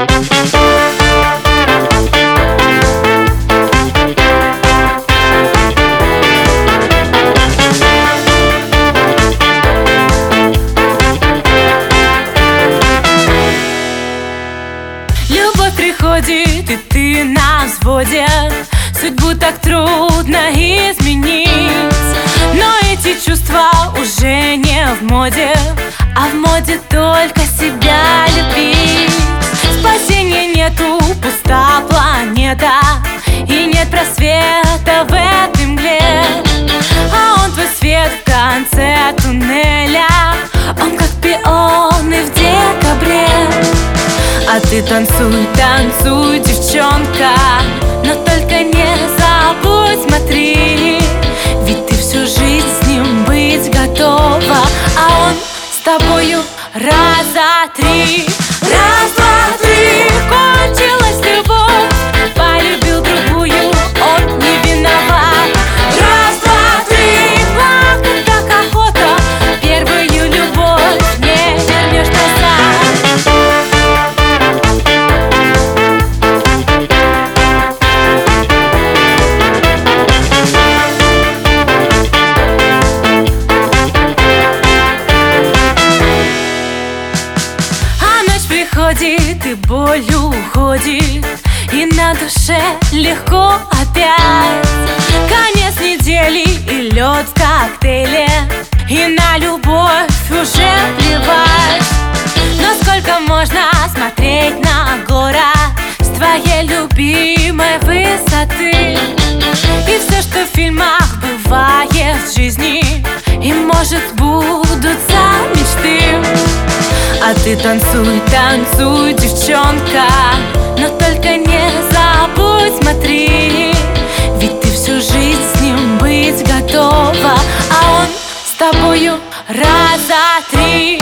Любовь приходит, и ты на взводе. Судьбу так трудно изменить, но эти чувства уже не в моде, а в моде только себя любить. Спасения нету, пуста планета, и нет просвета в этой мгле. А он твой свет в конце туннеля, он как пионы в декабре. А ты танцуй, танцуй, девчонка, но только не забудь, смотри, ведь ты всю жизнь с ним быть готова, а он с тобою раз, два, три. Раз, два, три, кончилась любовь, полюбил другую, он не виноват. Раз, два, три, плакать как охота, первую любовь не вернешь назад. Приходит, и боль уходит, и на душе легко опять. Конец недели и лед в коктейле, и на любовь уже плевать. Но сколько можно смотреть на город с твоей любимой высоты? И все, что в фильмах бывает в жизни, и может сбудутся мечты. А ты танцуй, танцуй, девчонка, но только не забудь, смотри, ведь ты всю жизнь с ним быть готова, а он с тобою раз, два, три.